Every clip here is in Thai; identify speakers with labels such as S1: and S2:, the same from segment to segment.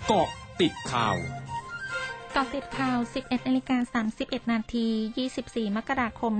S1: เกาะติดข่าว
S2: เกาะติดข่าว 11:31 นาที 24 มกราคม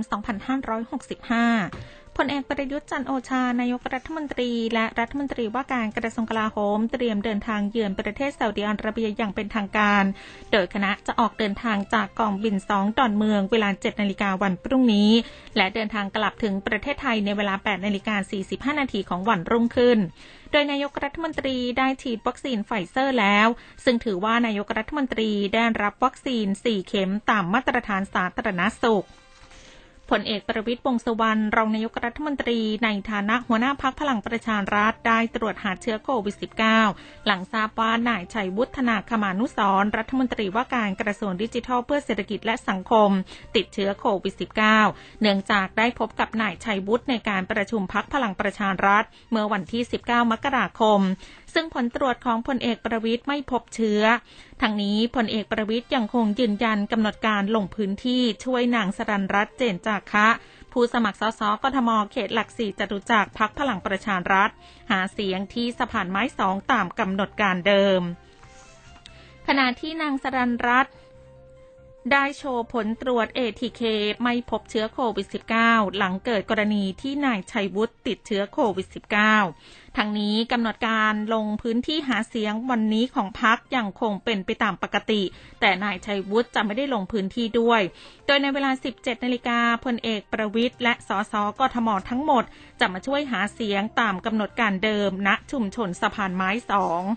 S2: 2565 พลเอกประยุทธ์จันทร์โอชานายกรัฐมนตรีและรัฐมนตรีว่าการกระทรวงกลาโหมเตรียมเดินทางเยือนประเทศซาอุดิอาระเบียอย่างเป็นทางการโดยคณะจะออกเดินทางจากกองบิน2ดอนเมืองเวลา 7 นาฬิกาวันพรุ่งนี้และเดินทางกลับถึงประเทศไทยในเวลา 8 นาฬิกา 45 นาทีของวันรุ่งขึ้นโดยนายกรัฐมนตรีได้ฉีดวัคซีนไฟเซอร์แล้วซึ่งถือว่านายกรัฐมนตรีได้รับวัคซีน 4 เข็มตามมาตรฐานสาธารณสุขผลเอกประวิตร วงษ์สุวรรณรองนายกรัฐมนตรีในฐานะหัวหน้าพรรคพลังประชารัฐได้ตรวจหาเชื้อโควิด -19 หลังทราบว่านายชัยวุฒนาคมานุสรณ์รัฐมนตรีว่าการกระทรวงดิจิทัลเพื่อเศรษฐกิจและสังคมติดเชื้อโควิด -19 เนื่องจากได้พบกับนายชัยวุฒในการประชุมพรรคพลังประชารัฐเมื่อวันที่ 19 มกราคมซึ่งผลตรวจของพลเอกประวิตรไม่พบเชื้อทั้งนี้พลเอกประวิตรยังคงยืนยันกำหนดการลงพื้นที่ช่วยนางสรัญรัตน์เจนจาคะผู้สมัครสสกทมเขตหลัก4จตุจักรพรรคพลังประชารัฐหาเสียงที่สะพานไม้2ตามกำหนดการเดิมขณะที่นางสรัญรัตน์ได้โชว์ผลตรวจ ATK ไม่พบเชื้อโควิด -19 หลังเกิดกรณีที่นายชัยวุฒิติดเชื้อโควิด -19 ทั้งนี้กำหนดการลงพื้นที่หาเสียงวันนี้ของพรรคยังคงเป็นไปตามปกติแต่นายชัยวุฒิจะไม่ได้ลงพื้นที่ด้วยโดยในเวลา 17 นาฬิกาพลเอกประวิตรและสสกทมทั้งหมดจะมาช่วยหาเสียงตามกำหนดการเดิมณชุมชนสะพานไม้2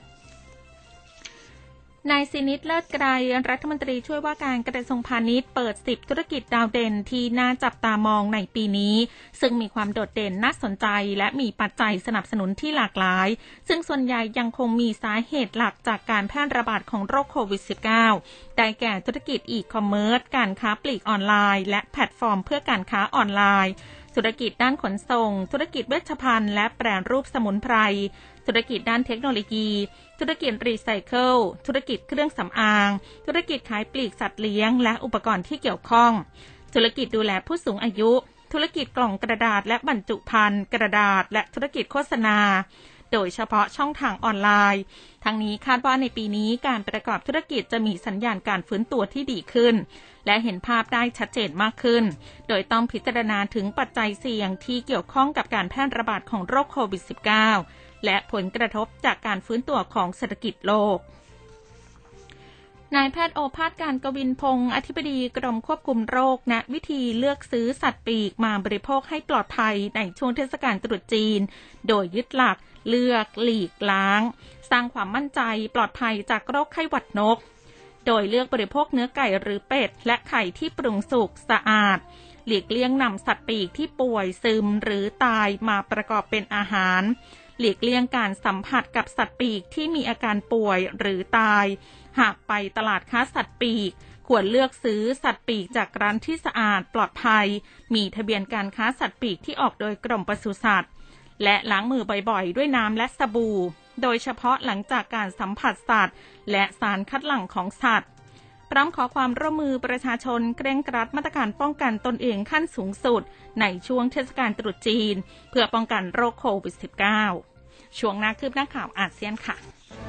S2: นายสินิต เลิศไกรรัฐมนตรีช่วยว่าการกระทรวงพาณิชย์เปิด10ธุรกิจดาวเด่นที่น่าจับตามองในปีนี้ซึ่งมีความโดดเด่นน่าสนใจและมีปัจจัยสนับสนุนที่หลากหลายซึ่งส่วนใหญ่ยังคงมีสาเหตุหลักจากการแพร่ระบาดของโรคโควิด -19 ได้แก่ธุรกิจอีคอมเมิร์ซการค้าปลีกออนไลน์และแพลตฟอร์มเพื่อการค้าออนไลน์ธุรกิจด้านขนส่งธุรกิจเวชภัณฑ์และแปรรูปสมุนไพรธุรกิจด้านเทคโนโลยีธุรกิจรีไซเคิลธุรกิจเครื่องสำอางธุรกิจขายปลีกสัตว์เลี้ยงและอุปกรณ์ที่เกี่ยวข้องธุรกิจดูแลผู้สูงอายุธุรกิจกล่องกระดาษและบรรจุภัณฑ์กระดาษและธุรกิจโฆษณาโดยเฉพาะช่องทางออนไลน์ทั้งนี้คาดว่าในปีนี้การประกอบธุรกิจจะมีสัญญาณการฟื้นตัวที่ดีขึ้นและเห็นภาพได้ชัดเจนมากขึ้นโดยต้องพิจารณาถึงปัจจัยเสี่ยงที่เกี่ยวข้องกับการแพร่ระบาดของโรคโควิด -19 และผลกระทบจากการฟื้นตัวของเศรษฐกิจโลกนายแพทย์โอภาสการกวินพงศ์อธิบดีกรมควบคุมโรคแนะวิธีเลือกซื้อสัตว์ปีกมาบริโภคให้ปลอดภัยในช่วงเทศกาลตรุษจีนโดยยึดหลักเลือกหลีกล้างสร้างความมั่นใจปลอดภัยจากโรคไข้หวัดนกโดยเลือกบริโภคเนื้อไก่หรือเป็ดและไข่ที่ปรุงสุกสะอาดหลีกเลี่ยงนำสัตว์ปีกที่ป่วยซึมหรือตายมาประกอบเป็นอาหารหลีกเลี่ยงการสัมผัสกับสัตว์ปีกที่มีอาการป่วยหรือตายหากไปตลาดค้าสัตว์ปีกควรเลือกซื้อสัตว์ปีกจากร้านที่สะอาดปลอดภัยมีทะเบียนการค้าสัตว์ปีกที่ออกโดยกรมปศุสัตว์และล้างมือบ่อยๆด้วยน้ำและสบู่โดยเฉพาะหลังจากการสัมผัสสัตว์และสารคัดหลั่งของสัตว์พร้อมขอความร่วมมือประชาชนเคร่งครัดมาตรการป้องกันตนเองขั้นสูงสุดในช่วงเทศกาลตรุษจีนเพื่อป้องกันโรคโควิด -19 ช่วงหน้าคืบหน้าข่าวอาเซียนค่ะ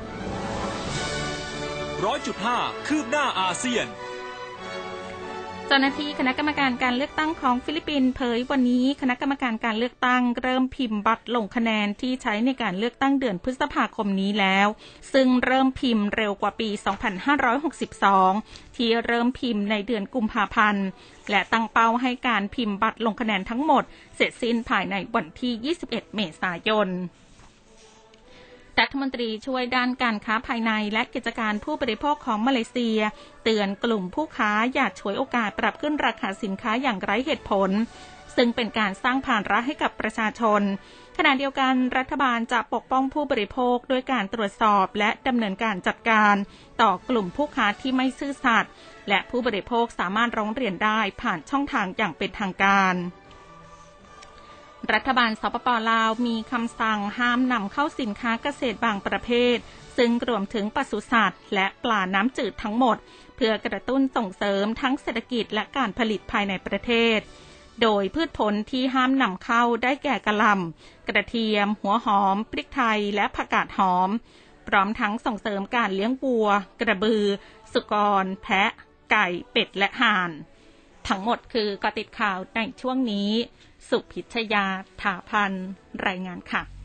S1: 100.5 คืบหน้าอาเซียน
S2: เจ้าหน้าที่คณะกรรมการการเลือกตั้งของฟิลิปปินส์เผยวันนี้คณะกรรมการการเลือกตั้งเริ่มพิมพ์บัตรลงคะแนนที่ใช้ในการเลือกตั้งเดือนพฤษภาคมนี้แล้วซึ่งเริ่มพิมพ์เร็วกว่าปี 2562 ที่เริ่มพิมพ์ในเดือนกุมภาพันธ์และตั้งเป้าให้การพิมพ์บัตรลงคะแนนทั้งหมดเสร็จสิ้นภายในวันที่ 21 เมษายนรัฐมนตรีช่วยด้านการค้าภายในและกิจการผู้บริโภคของมาเลเซียเตือนกลุ่มผู้ค้าอย่าฉวยโอกาสปรับขึ้นราคาสินค้าอย่างไร้เหตุผลซึ่งเป็นการสร้างภาระให้กับประชาชนขณะเดียวกันรัฐบาลจะปกป้องผู้บริโภคด้วยการตรวจสอบและดำเนินการจัดการต่อกลุ่มผู้ค้าที่ไม่ซื่อสัตย์และผู้บริโภคสามารถร้องเรียนได้ผ่านช่องทางอย่างเป็นทางการรัฐบาลสปป.ลาวมีคำสั่งห้ามนำเข้าสินค้าเกษตรบางประเภทซึ่งรวมถึงปศุสัตว์และปลาน้ำจืดทั้งหมดเพื่อกระตุ้นส่งเสริมทั้งเศรษฐกิจและการผลิตภายในประเทศโดยพืชผลที่ห้ามนำเข้าได้แก่กะหล่ำกระเทียมหัวหอมพริกไทยและผักกาดหอมพร้อมทั้งส่งเสริมการเลี้ยงวัวกระบือสุกรแพะไก่เป็ดและห่านทั้งหมดคือเกาะติดข่าวในช่วงนี้สุพิชยาถาพันรายงานค่ะ